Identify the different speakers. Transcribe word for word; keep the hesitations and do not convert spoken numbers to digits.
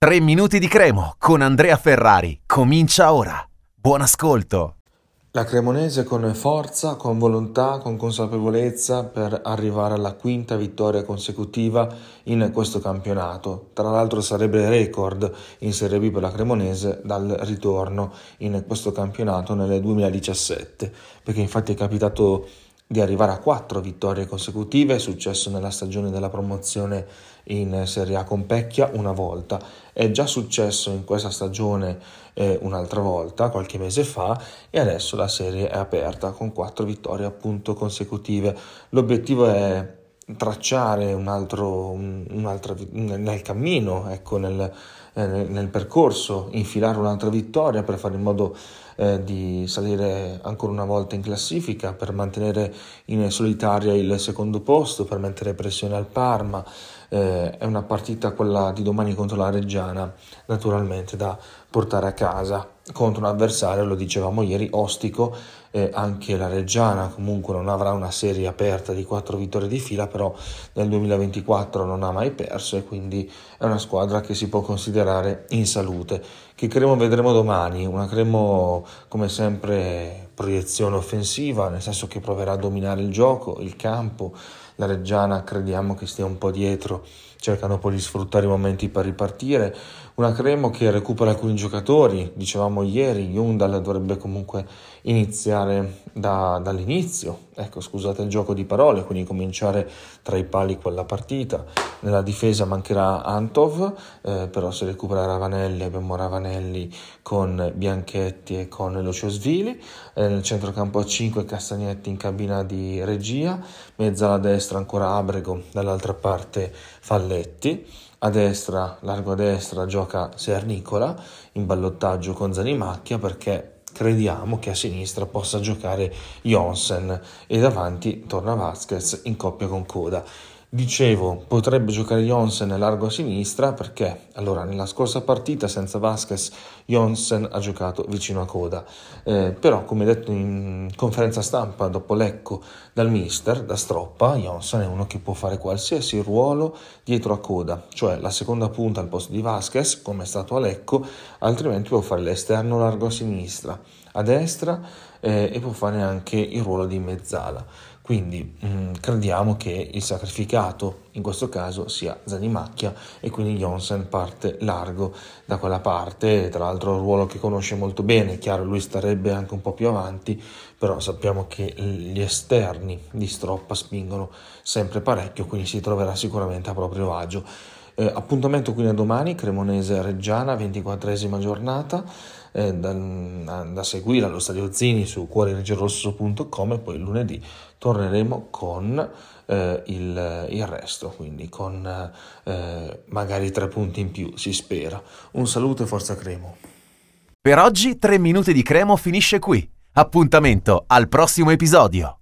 Speaker 1: Tre minuti di Cremo con Andrea Ferrari. Comincia ora. Buon ascolto.
Speaker 2: La Cremonese con forza, con volontà, con consapevolezza per arrivare alla quinta vittoria consecutiva in questo campionato. Tra l'altro sarebbe record in Serie B per la Cremonese dal ritorno in questo campionato nel duemiladiciassette, perché infatti è capitato di arrivare a quattro vittorie consecutive. È successo nella stagione della promozione in Serie A con Pecchia una volta, è già successo in questa stagione eh, un'altra volta qualche mese fa, e adesso la serie è aperta con quattro vittorie appunto consecutive. L'obiettivo è tracciare un altro, un, un altro nel cammino, ecco, nel, eh, nel percorso, infilare un'altra vittoria per fare in modo eh, di salire ancora una volta in classifica, per mantenere in solitaria il secondo posto, per mettere pressione al Parma. Eh, è una partita, quella di domani contro la Reggiana, naturalmente da portare a casa contro un avversario, lo dicevamo ieri, ostico. Eh, anche la Reggiana comunque non avrà una serie aperta di quattro vittorie di fila, però nel duemilaventiquattro non ha mai perso e quindi è una squadra che si può considerare in salute. Che Cremo vedremo domani, una Cremo come sempre proiezione offensiva, nel senso che proverà a dominare il gioco, il campo. La Reggiana crediamo che stia un po' dietro, cercano poi di sfruttare i momenti per ripartire. Una Cremo che recupera alcuni giocatori, dicevamo ieri, Jundal dovrebbe comunque iniziare da, dall'inizio, ecco, scusate il gioco di parole, quindi cominciare tra i pali quella partita. Nella difesa mancherà Antov, eh, però si recupera Ravanelli, abbiamo Ravanelli con Bianchetti e con Lociosvili, eh, nel centrocampo a cinque Castagnetti in cabina di regia, mezza alla destra ancora Abrego, dall'altra parte Falletti. A destra, largo a destra, gioca Sernicola in ballottaggio con Zanimacchia, perché crediamo che a sinistra possa giocare Jonsen e davanti torna Vasquez in coppia con Coda. Dicevo, potrebbe giocare Jonsen largo a sinistra perché, allora, nella scorsa partita senza Vasquez Jonsen ha giocato vicino a Coda, eh, però come detto in conferenza stampa dopo Lecco dal mister, da Stroppa, Jonsen è uno che può fare qualsiasi ruolo dietro a Coda, cioè la seconda punta al posto di Vasquez come è stato a Lecco, altrimenti può fare l'esterno largo a sinistra, a destra, eh, e può fare anche il ruolo di mezzala. Quindi mh, crediamo che il sacrificato in questo caso sia Zanimacchia e quindi Jonsen parte largo da quella parte. Tra l'altro, un ruolo che conosce molto bene, chiaro, lui starebbe anche un po' più avanti, però sappiamo che gli esterni di Stroppa spingono sempre parecchio, quindi si troverà sicuramente a proprio agio. Eh, appuntamento quindi a domani, Cremonese-Reggiana, ventiquattresima giornata, eh, da, da seguire allo Stadio Zini su cuorerigiorosso punto com, e poi lunedì torneremo con eh, il, il resto, quindi con eh, magari tre punti in più, si spera. Un saluto e forza Cremo.
Speaker 1: Per oggi tre minuti di Cremo finisce qui. Appuntamento al prossimo episodio.